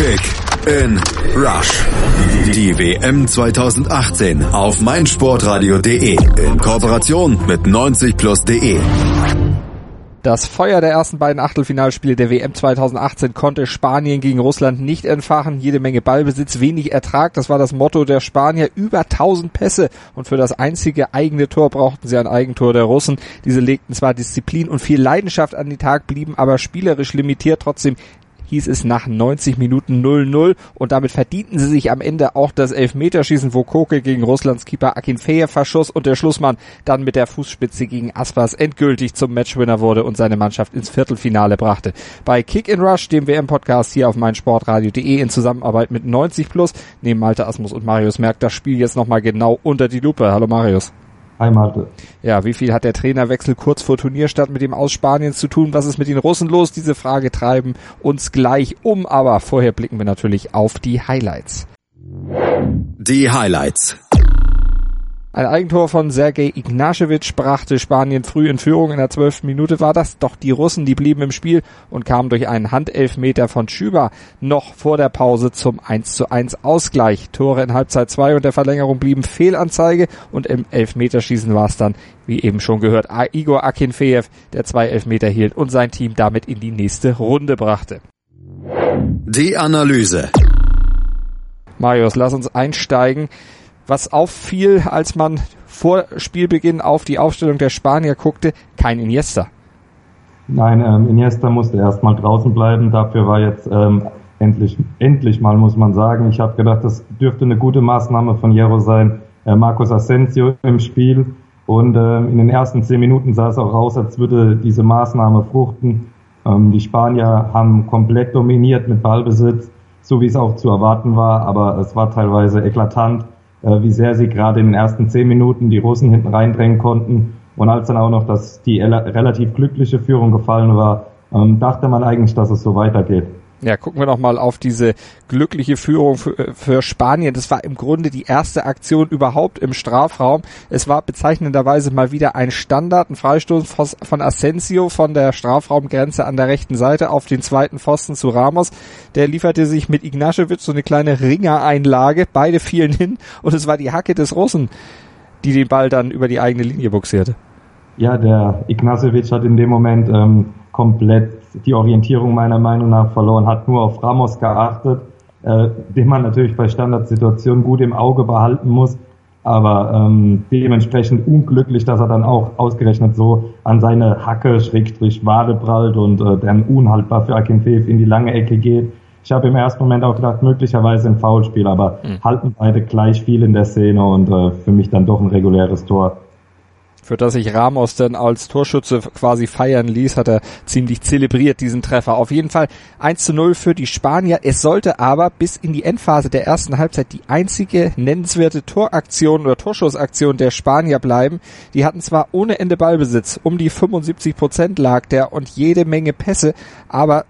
Kick in Rush. Die WM 2018 auf meinsportradio.de in Kooperation mit 90plus.de. Das Feuer der ersten beiden Achtelfinalspiele der WM 2018 konnte Spanien gegen Russland nicht entfachen. Jede Menge Ballbesitz, wenig Ertrag. Das war das Motto der Spanier. Über 1000 Pässe. Und für das einzige eigene Tor brauchten sie ein Eigentor der Russen. Diese legten zwar Disziplin und viel Leidenschaft an den Tag, blieben aber spielerisch limitiert. Trotzdem hieß es nach 90 Minuten 0-0 und damit verdienten sie sich am Ende auch das Elfmeterschießen, wo Koke gegen Russlands Keeper Akinfejew verschoss und der Schlussmann dann mit der Fußspitze gegen Aspas endgültig zum Matchwinner wurde und seine Mannschaft ins Viertelfinale brachte. Bei Kick in Rush, dem WM-Podcast hier auf meinsportradio.de in Zusammenarbeit mit 90plus, nehmen Malte Asmus und Marius Merck das Spiel jetzt nochmal genau unter die Lupe. Hallo Marius. Hi Malte. Ja, wie viel hat der Trainerwechsel kurz vor Turnierstart mit dem Aus Spanien zu tun? Was ist mit den Russen los? Diese Frage treiben uns gleich um, aber vorher blicken wir natürlich auf die Highlights. Die Highlights. Ein Eigentor von Sergej Ignašević brachte Spanien früh in Führung. In der 12. Minute war das. Doch die Russen, die blieben im Spiel und kamen durch einen Handelfmeter von Schüber noch vor der Pause zum 1:1 Ausgleich. Tore in Halbzeit 2 und der Verlängerung blieben Fehlanzeige und im Elfmeterschießen war es dann, wie eben schon gehört, Igor Akinfejew, der 2 Elfmeter hielt und sein Team damit in die nächste Runde brachte. Die Analyse. Marius, lass uns einsteigen. Was auffiel, als man vor Spielbeginn auf die Aufstellung der Spanier guckte, kein Iniesta. Nein, Iniesta musste erstmal draußen bleiben. Dafür war jetzt endlich mal, muss man sagen. Ich habe gedacht, das dürfte eine gute Maßnahme von Hierro sein. Marcos Asensio im Spiel. Und in den ersten 10 Minuten sah es auch aus, als würde diese Maßnahme fruchten. Die Spanier haben komplett dominiert mit Ballbesitz, so wie es auch zu erwarten war. Aber es war teilweise eklatant, wie sehr sie gerade in den ersten 10 Minuten die Russen hinten reindrängen konnten. Und als dann auch noch die relativ glückliche Führung gefallen war, dachte man eigentlich, dass es so weitergeht. Ja, gucken wir noch mal auf diese glückliche Führung für Spanien. Das war im Grunde die erste Aktion überhaupt im Strafraum. Es war bezeichnenderweise mal wieder ein Standard, ein Freistoß von Asensio von der Strafraumgrenze an der rechten Seite auf den zweiten Pfosten zu Ramos. Der lieferte sich mit Ignašević so eine kleine Ringereinlage. Beide fielen hin und es war die Hacke des Russen, die den Ball dann über die eigene Linie buxierte. Ja, der Ignašević hat in dem Moment komplett die Orientierung meiner Meinung nach verloren, hat nur auf Ramos geachtet, den man natürlich bei Standardsituationen gut im Auge behalten muss, aber dementsprechend unglücklich, dass er dann auch ausgerechnet so an seine Hacke Wade prallt und dann unhaltbar für Akinfejew in die lange Ecke geht. Ich habe im ersten Moment auch gedacht, möglicherweise ein Foulspiel, aber halten beide gleich viel in der Szene und für mich dann doch ein reguläres Tor. Für das sich Ramos dann als Torschütze quasi feiern ließ, hat er ziemlich zelebriert, diesen Treffer. Auf jeden Fall 1:0 für die Spanier. Es sollte aber bis in die Endphase der ersten Halbzeit die einzige nennenswerte Toraktion oder Torschussaktion der Spanier bleiben. Die hatten zwar ohne Ende Ballbesitz, um die 75% lag der und jede Menge Pässe, aber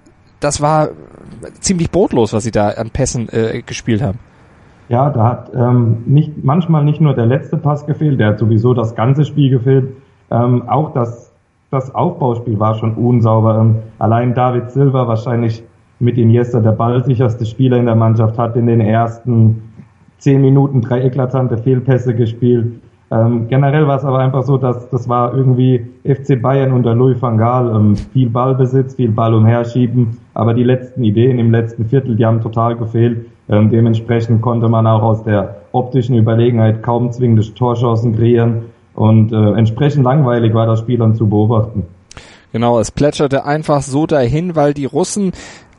das war ziemlich brotlos, was sie da an Pässen gespielt haben. Ja, da hat manchmal nicht nur der letzte Pass gefehlt, der hat sowieso das ganze Spiel gefehlt. Auch das Aufbauspiel war schon unsauber. Allein David Silva, wahrscheinlich mit Iniesta der ballsicherste Spieler in der Mannschaft, hat in den ersten 10 Minuten 3 eklatante Fehlpässe gespielt. Generell war es aber einfach so, dass das war irgendwie FC Bayern unter Louis van Gaal. Viel Ballbesitz, viel Ball umherschieben, aber die letzten Ideen im letzten Viertel, die haben total gefehlt. Dementsprechend konnte man auch aus der optischen Überlegenheit kaum zwingende Torchancen kreieren und entsprechend langweilig war das Spiel dann zu beobachten. Genau, es plätscherte einfach so dahin, weil die Russen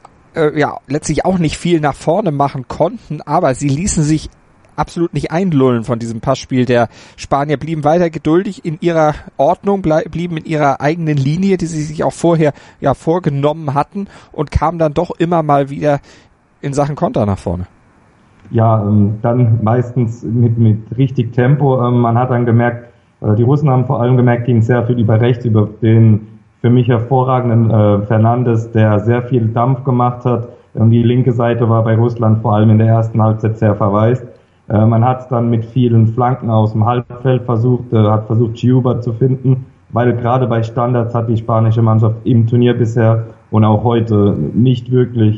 letztlich auch nicht viel nach vorne machen konnten, aber sie ließen sich absolut nicht einlullen von diesem Passspiel. Der Spanier blieben weiter geduldig in ihrer Ordnung, blieben in ihrer eigenen Linie, die sie sich auch vorher vorgenommen hatten und kamen dann doch immer mal wieder in Sachen Konter nach vorne. Ja, dann meistens mit richtig Tempo. Man hat dann gemerkt, die Russen haben vor allem gemerkt, ging sehr viel über rechts, über den für mich hervorragenden Fernandes, der sehr viel Dampf gemacht hat. Die linke Seite war bei Russland vor allem in der ersten Halbzeit sehr verwaist. Man hat es dann mit vielen Flanken aus dem Halbfeld versucht, Chiuba zu finden, weil gerade bei Standards hat die spanische Mannschaft im Turnier bisher und auch heute nicht wirklich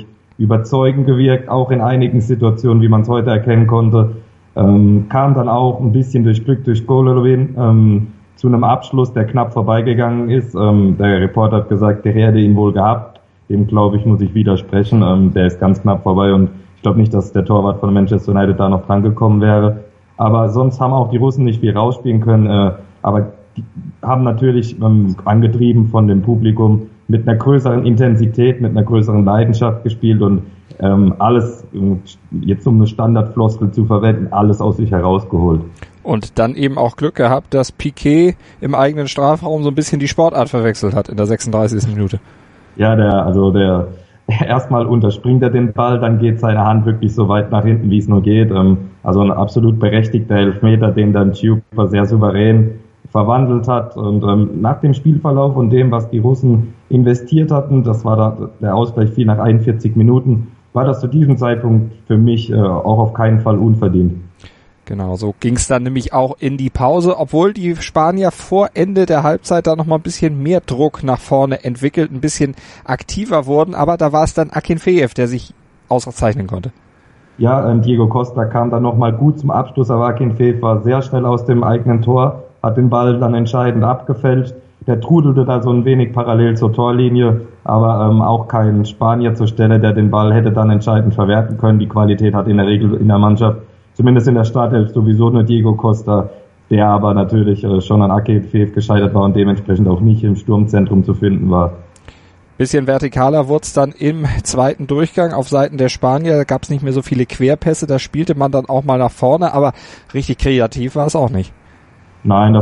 überzeugend gewirkt, auch in einigen Situationen, wie man es heute erkennen konnte. Kam dann auch ein bisschen durch Glück durch Golovin zu einem Abschluss, der knapp vorbeigegangen ist. Der Reporter hat gesagt, der hätte ihn wohl gehabt. Dem, glaube ich, muss ich widersprechen. Der ist ganz knapp vorbei und ich glaube nicht, dass der Torwart von Manchester United da noch dran gekommen wäre. Aber sonst haben auch die Russen nicht viel rausspielen können. Aber die haben natürlich angetrieben von dem Publikum mit einer größeren Intensität, mit einer größeren Leidenschaft gespielt und alles, jetzt um eine Standardfloskel zu verwenden, alles aus sich herausgeholt. Und dann eben auch Glück gehabt, dass Piqué im eigenen Strafraum so ein bisschen die Sportart verwechselt hat in der 36. Minute. Ja, der erstmal unterspringt er den Ball, dann geht seine Hand wirklich so weit nach hinten, wie es nur geht. Also ein absolut berechtigter Elfmeter, den dann Chupa sehr souverän verwandelt hat. Und nach dem Spielverlauf und dem, was die Russen investiert hatten, das war da der Ausgleich fiel nach 41 Minuten, war das zu diesem Zeitpunkt für mich auch auf keinen Fall unverdient. Genau, so ging es dann nämlich auch in die Pause, obwohl die Spanier vor Ende der Halbzeit da nochmal ein bisschen mehr Druck nach vorne entwickelt, ein bisschen aktiver wurden, aber da war es dann Akinfeev, der sich auszeichnen konnte. Ja, Diego Costa kam dann nochmal gut zum Abschluss, aber Akinfeev war sehr schnell aus dem eigenen Tor, hat den Ball dann entscheidend abgefälscht. Der trudelte da so ein wenig parallel zur Torlinie, aber auch kein Spanier zur Stelle, der den Ball hätte dann entscheidend verwerten können. Die Qualität hat in der Regel in der Mannschaft, zumindest in der Startelf, sowieso nur Diego Costa, der aber natürlich schon an Akinfeev gescheitert war und dementsprechend auch nicht im Sturmzentrum zu finden war. Bisschen vertikaler wurde es dann im zweiten Durchgang auf Seiten der Spanier. Da gab es nicht mehr so viele Querpässe, da spielte man dann auch mal nach vorne, aber richtig kreativ war es auch nicht. Nein,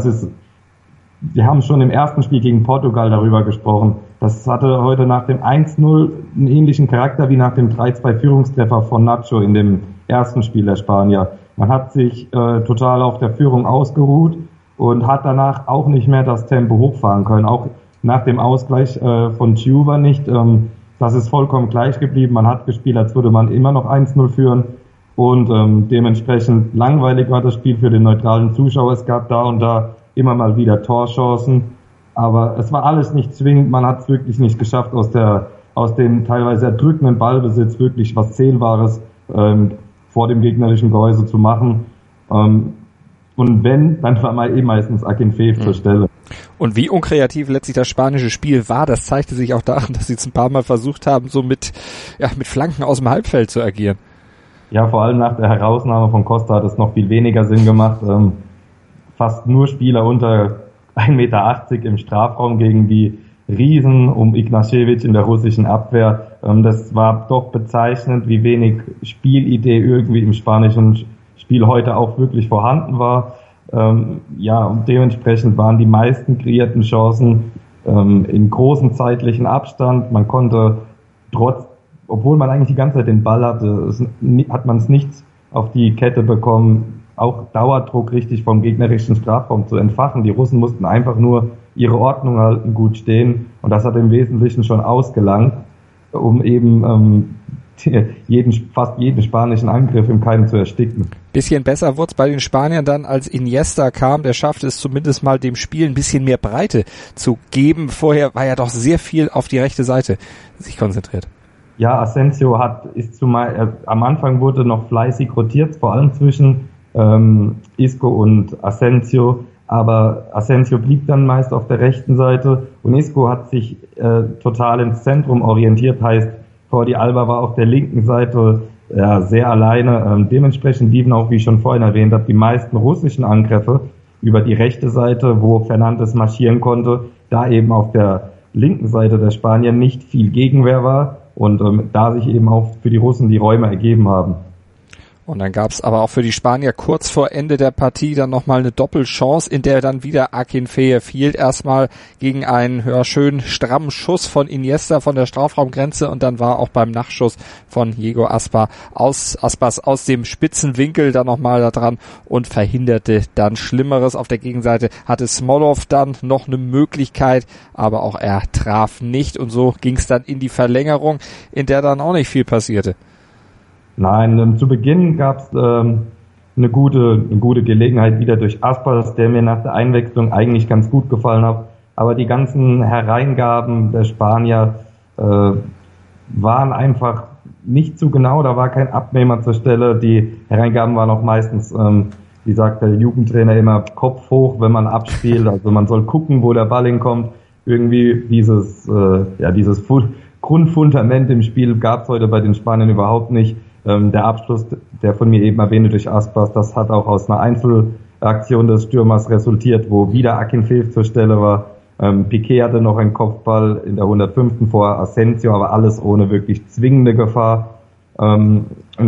wir haben schon im ersten Spiel gegen Portugal darüber gesprochen. Das hatte heute nach dem 1-0 einen ähnlichen Charakter wie nach dem 3-2 Führungstreffer von Nacho in dem ersten Spiel der Spanier. Man hat sich total auf der Führung ausgeruht und hat danach auch nicht mehr das Tempo hochfahren können. Auch nach dem Ausgleich von Chuva nicht. Das ist vollkommen gleich geblieben. Man hat gespielt, als würde man immer noch 1-0 führen. Und dementsprechend langweilig war das Spiel für den neutralen Zuschauer. Es gab da und da immer mal wieder Torchancen, aber es war alles nicht zwingend. Man hat es wirklich nicht geschafft, aus dem teilweise erdrückenden Ballbesitz wirklich was Zählbares vor dem gegnerischen Gehäuse zu machen. Und wenn, dann war man meistens Akinfeev zur Stelle. Und wie unkreativ letztlich das spanische Spiel war, das zeigte sich auch daran, dass sie es ein paar Mal versucht haben, so mit Flanken aus dem Halbfeld zu agieren. Ja, vor allem nach der Herausnahme von Costa hat es noch viel weniger Sinn gemacht. Fast nur Spieler unter 1,80 Meter im Strafraum gegen die Riesen um Ignašević in der russischen Abwehr. Das war doch bezeichnend, wie wenig Spielidee irgendwie im spanischen Spiel heute auch wirklich vorhanden war. Und dementsprechend waren die meisten kreierten Chancen in großem zeitlichen Abstand. Man konnte obwohl man eigentlich die ganze Zeit den Ball hatte, hat man es nicht auf die Kette bekommen, auch Dauerdruck richtig vom gegnerischen Strafraum zu entfachen. Die Russen mussten einfach nur ihre Ordnung halten, gut stehen, und das hat im Wesentlichen schon ausgelangt, um eben fast jeden spanischen Angriff im Keim zu ersticken. Bisschen besser wurde es bei den Spaniern dann, als Iniesta kam. Der schaffte es zumindest mal, dem Spiel ein bisschen mehr Breite zu geben. Vorher war ja doch sehr viel auf die rechte Seite sich konzentriert. Ja, Asensio am Anfang wurde noch fleißig rotiert, vor allem zwischen Isco und Asensio, aber Asensio blieb dann meist auf der rechten Seite und Isco hat sich total ins Zentrum orientiert, heißt, Jordi Alba war auf der linken Seite sehr alleine. Dementsprechend liefen auch, wie ich schon vorhin erwähnt habe, die meisten russischen Angriffe über die rechte Seite, wo Fernandes marschieren konnte, da eben auf der linken Seite der Spanier nicht viel Gegenwehr war und da sich eben auch für die Russen die Räume ergeben haben. Und dann gab es aber auch für die Spanier kurz vor Ende der Partie dann nochmal eine Doppelchance, in der dann wieder Akinfeev hielt. Erstmal gegen einen schönen strammen Schuss von Iniesta von der Strafraumgrenze und dann war auch beim Nachschuss von Diego Aspas aus dem spitzen Winkel dann nochmal da dran und verhinderte dann Schlimmeres. Auf der Gegenseite hatte Smolov dann noch eine Möglichkeit, aber auch er traf nicht und so ging es dann in die Verlängerung, in der dann auch nicht viel passierte. Nein, zu Beginn gab es eine gute Gelegenheit wieder durch Aspas, der mir nach der Einwechslung eigentlich ganz gut gefallen hat. Aber die ganzen Hereingaben der Spanier waren einfach nicht zu genau, da war kein Abnehmer zur Stelle. Die Hereingaben waren auch meistens, wie sagt der Jugendtrainer immer, Kopf hoch, wenn man abspielt. Also man soll gucken, wo der Ball hinkommt. Irgendwie dieses Grundfundament im Spiel gab es heute bei den Spaniern überhaupt nicht. Der Abschluss, der von mir eben erwähnte durch Aspas, das hat auch aus einer Einzelaktion des Stürmers resultiert, wo wieder Akinfeev zur Stelle war. Piqué hatte noch einen Kopfball in der 105. vor Asensio, aber alles ohne wirklich zwingende Gefahr. Und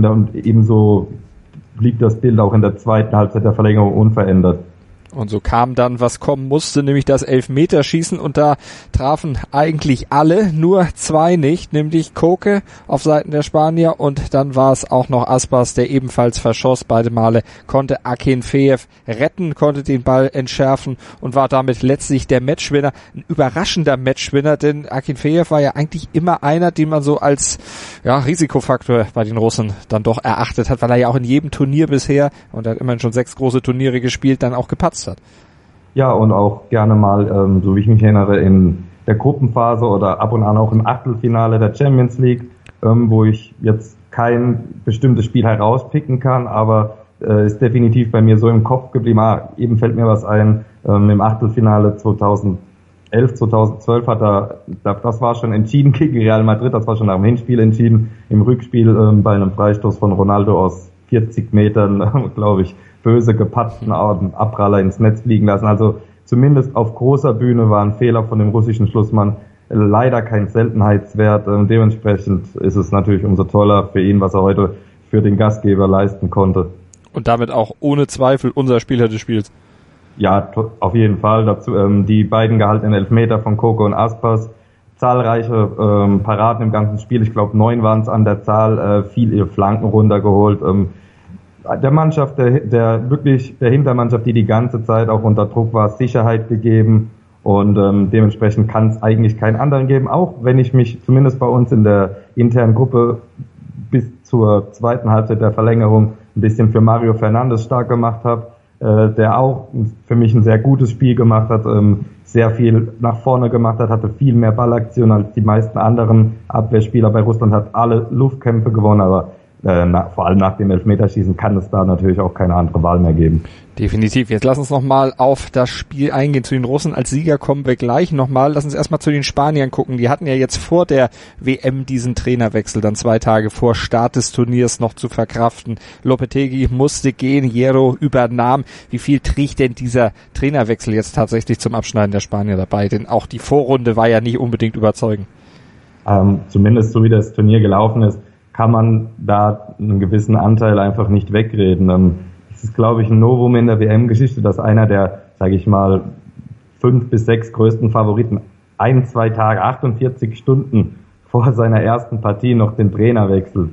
ebenso blieb das Bild auch in der zweiten Halbzeit der Verlängerung unverändert. Und so kam dann, was kommen musste, nämlich das Elfmeterschießen, und da trafen eigentlich alle, nur zwei nicht, nämlich Koke auf Seiten der Spanier, und dann war es auch noch Aspas, der ebenfalls verschoss. Beide Male konnte Akinfeev retten, konnte den Ball entschärfen und war damit letztlich der Matchwinner. Ein überraschender Matchwinner, denn Akinfeev war ja eigentlich immer einer, den man so als Risikofaktor bei den Russen dann doch erachtet hat, weil er ja auch in jedem Turnier bisher, und er hat immerhin schon 6 große Turniere gespielt, dann auch gepatzt hat. Ja, und auch gerne mal, so wie ich mich erinnere, in der Gruppenphase oder ab und an auch im Achtelfinale der Champions League, wo ich jetzt kein bestimmtes Spiel herauspicken kann, aber ist definitiv bei mir so im Kopf geblieben. Eben fällt mir was ein, im Achtelfinale 2011, 2012 das war schon entschieden gegen Real Madrid, das war schon nach dem Hinspiel entschieden, im Rückspiel bei einem Freistoß von Ronaldo aus 40 Metern, glaube ich, böse gepatzten Abpraller ins Netz fliegen lassen. Also zumindest auf großer Bühne war ein Fehler von dem russischen Schlussmann leider kein Seltenheitswert. Dementsprechend ist es natürlich umso toller für ihn, was er heute für den Gastgeber leisten konnte. Und damit auch ohne Zweifel unser Spieler des Spiels. Ja, auf jeden Fall. Dazu die beiden gehaltenen Elfmeter von Koke und Aspas. Zahlreiche Paraden im ganzen Spiel. Ich glaube 9 waren es an der Zahl. Viel ihre Flanken runtergeholt. Der Mannschaft, der Hintermannschaft, die ganze Zeit auch unter Druck war, Sicherheit gegeben, und dementsprechend kann es eigentlich keinen anderen geben, auch wenn ich mich zumindest bei uns in der internen Gruppe bis zur zweiten Halbzeit der Verlängerung ein bisschen für Mario Fernandes stark gemacht habe, der auch für mich ein sehr gutes Spiel gemacht hat, sehr viel nach vorne gemacht hat, hatte viel mehr Ballaktionen als die meisten anderen Abwehrspieler bei Russland, hat alle Luftkämpfe gewonnen, aber vor allem nach dem Elfmeterschießen kann es da natürlich auch keine andere Wahl mehr geben. Definitiv. Jetzt lass uns nochmal auf das Spiel eingehen. Zu den Russen als Sieger kommen wir gleich nochmal. Lass uns erstmal zu den Spaniern gucken. Die hatten ja jetzt vor der WM diesen Trainerwechsel dann 2 Tage vor Start des Turniers noch zu verkraften. Lopetegui musste gehen, Hierro übernahm. Wie viel trägt denn dieser Trainerwechsel jetzt tatsächlich zum Abschneiden der Spanier dabei? Denn auch die Vorrunde war ja nicht unbedingt überzeugend. Zumindest so wie das Turnier gelaufen ist, kann man da einen gewissen Anteil einfach nicht wegreden. Es ist, glaube ich, ein Novum in der WM-Geschichte, dass einer der, sage ich mal, 5 bis 6 größten Favoriten 1-2 Tage, 48 Stunden vor seiner ersten Partie noch den Trainer wechselt.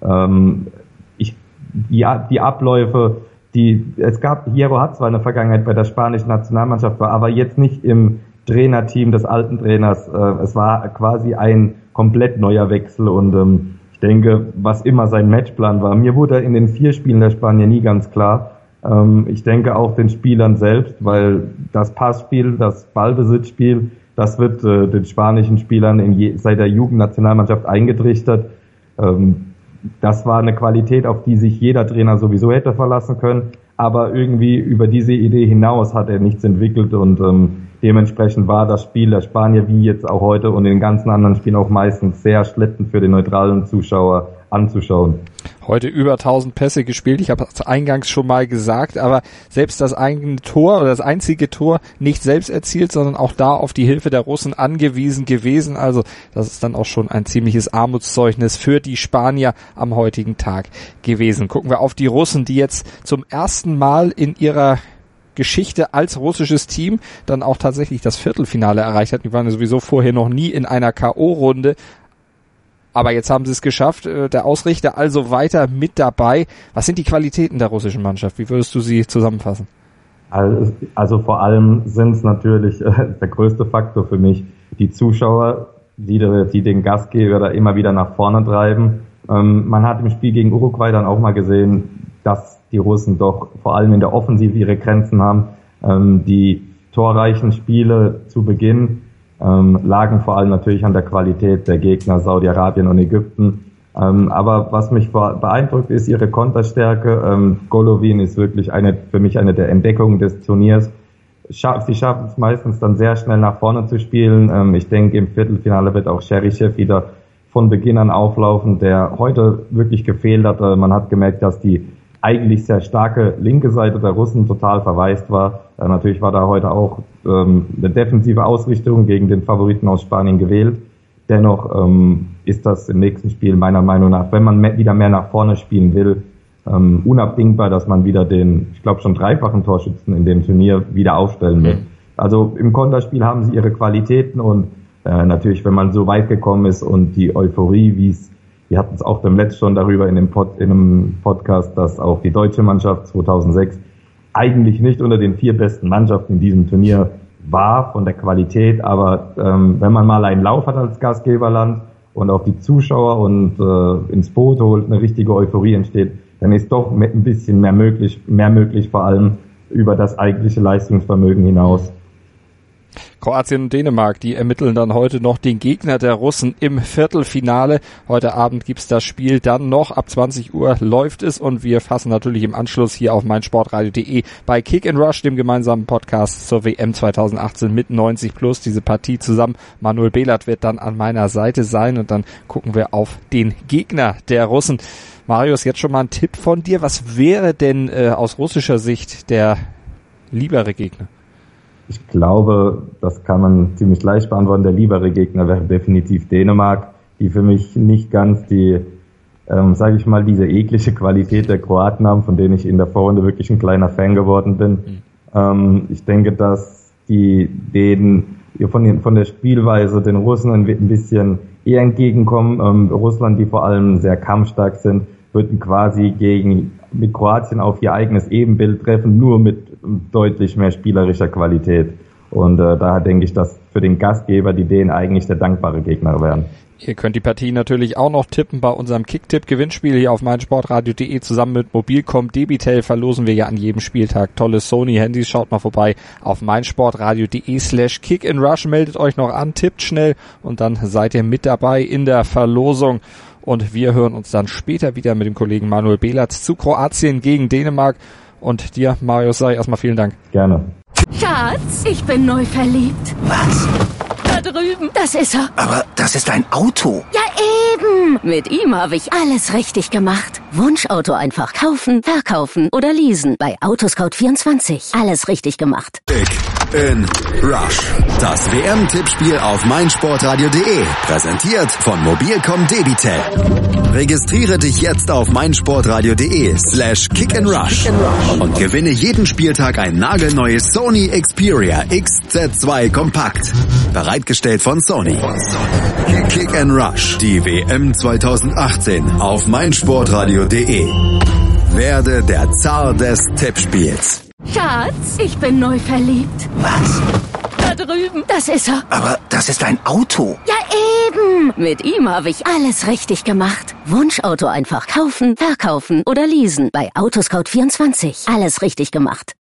Die Abläufe, Hierro hat zwar eine Vergangenheit bei der spanischen Nationalmannschaft, war aber jetzt nicht im Trainerteam des alten Trainers. Es war quasi ein komplett neuer Wechsel, und ich denke, was immer sein Matchplan war. Mir wurde in den 4 Spielen der Spanier nie ganz klar. Ich denke auch den Spielern selbst, weil das Passspiel, das Ballbesitzspiel, das wird den spanischen Spielern seit der Jugendnationalmannschaft eingetrichtert. Das war eine Qualität, auf die sich jeder Trainer sowieso hätte verlassen können. Aber irgendwie über diese Idee hinaus hat er nichts entwickelt, und dementsprechend war das Spiel der Spanier wie jetzt auch heute und in den ganzen anderen Spielen auch meistens sehr schleppend für den neutralen Zuschauer anzuschauen. Heute über 1000 Pässe gespielt, ich habe es eingangs schon mal gesagt, aber selbst das eigene Tor oder das einzige Tor nicht selbst erzielt, sondern auch da auf die Hilfe der Russen angewiesen gewesen. Also das ist dann auch schon ein ziemliches Armutszeugnis für die Spanier am heutigen Tag gewesen. Gucken wir auf die Russen, die jetzt zum ersten Mal in ihrer Geschichte als russisches Team dann auch tatsächlich das Viertelfinale erreicht hat. Die waren ja sowieso vorher noch nie in einer K.O.-Runde. Aber jetzt haben sie es geschafft. Der Ausrichter also weiter mit dabei. Was sind die Qualitäten der russischen Mannschaft? Wie würdest du sie zusammenfassen? Also vor allem sind es natürlich der größte Faktor für mich die Zuschauer, die den Gastgeber da immer wieder nach vorne treiben. Man hat im Spiel gegen Uruguay dann auch mal gesehen, dass die Russen doch vor allem in der Offensive ihre Grenzen haben. Die torreichen Spiele zu Beginn lagen vor allem natürlich an der Qualität der Gegner Saudi-Arabien und Ägypten. Aber was mich beeindruckt, ist ihre Konterstärke. Golovin ist wirklich für mich eine der Entdeckungen des Turniers. Sie schaffen es meistens dann sehr schnell nach vorne zu spielen. Ich denke, im Viertelfinale wird auch Cherichev wieder von Beginn an auflaufen, der heute wirklich gefehlt hat. Man hat gemerkt, dass die eigentlich sehr starke linke Seite der Russen total verwaist war. Natürlich war da heute auch eine defensive Ausrichtung gegen den Favoriten aus Spanien gewählt. Dennoch ist das im nächsten Spiel meiner Meinung nach, wenn man wieder mehr nach vorne spielen will, unabdingbar, dass man wieder den, ich glaube schon dreifachen Torschützen in dem Turnier wieder aufstellen wird. Also im Konterspiel haben sie ihre Qualitäten und natürlich, wenn man so weit gekommen ist und die Euphorie, wir hatten es auch dem Letzt schon darüber in einem Podcast, dass auch die deutsche Mannschaft 2006 eigentlich nicht unter den 4 besten Mannschaften in diesem Turnier war von der Qualität, aber wenn man mal einen Lauf hat als Gastgeberland und auch die Zuschauer und ins Boot holt, eine richtige Euphorie entsteht, dann ist doch mit ein bisschen mehr möglich, vor allem über das eigentliche Leistungsvermögen hinaus. Kroatien und Dänemark, die ermitteln dann heute noch den Gegner der Russen im Viertelfinale. Heute Abend gibt's das Spiel dann noch. Ab 20 Uhr läuft es und wir fassen natürlich im Anschluss hier auf meinsportradio.de bei Kick and Rush, dem gemeinsamen Podcast zur WM 2018 mit 90+ diese Partie zusammen. Manuel Behlert wird dann an meiner Seite sein und dann gucken wir auf den Gegner der Russen. Marius, jetzt schon mal ein Tipp von dir. Was wäre denn aus russischer Sicht der liebere Gegner? Ich glaube, das kann man ziemlich leicht beantworten. Der liebere Gegner wäre definitiv Dänemark, die für mich nicht ganz die, sage ich mal, diese eklige Qualität der Kroaten haben, von denen ich in der Vorrunde wirklich ein kleiner Fan geworden bin. Ich denke, dass die Dänen von der Spielweise den Russen ein bisschen eher entgegenkommen. Russland, die vor allem sehr kampfstark sind, würden quasi mit Kroatien auf ihr eigenes Ebenbild treffen, nur mit deutlich mehr spielerischer Qualität. Und daher denke ich, dass für den Gastgeber die Dänen eigentlich der dankbare Gegner wären. Ihr könnt die Partie natürlich auch noch tippen bei unserem Kicktipp-Gewinnspiel hier auf meinsportradio.de. Zusammen mit Mobilcom Debitel verlosen wir ja an jedem Spieltag tolle Sony-Handys. Schaut mal vorbei auf meinsportradio.de/kickandrush. Meldet euch noch an, tippt schnell und dann seid ihr mit dabei in der Verlosung. Und wir hören uns dann später wieder mit dem Kollegen Manuel Behlert zu Kroatien gegen Dänemark. Und dir, Marius, sage ich erstmal vielen Dank. Gerne. Schatz, ich bin neu verliebt. Was? Da drüben. Das ist er. Aber das ist ein Auto. Ja, eben. Mit ihm habe ich alles richtig gemacht. Wunschauto einfach kaufen, verkaufen oder leasen. Bei Autoscout24. Alles richtig gemacht. Kick in Rush. Das WM-Tippspiel auf meinsportradio.de. Präsentiert von Mobilcom Debitel. Registriere dich jetzt auf meinsportradio.de/kickandrush und gewinne jeden Spieltag ein nagelneues Sony Xperia XZ2 Kompakt. Bereitgestellt von Sony. Kick and Rush. Die WM 2018 auf meinsportradio.de. Werde der Zar des Tippspiels. Schatz, ich bin neu verliebt. Was? Da drüben. Das ist er. Aber das ist ein Auto. Ja, eben. Mit ihm habe ich alles richtig gemacht. Wunschauto einfach kaufen, verkaufen oder leasen. Bei Autoscout24. Alles richtig gemacht.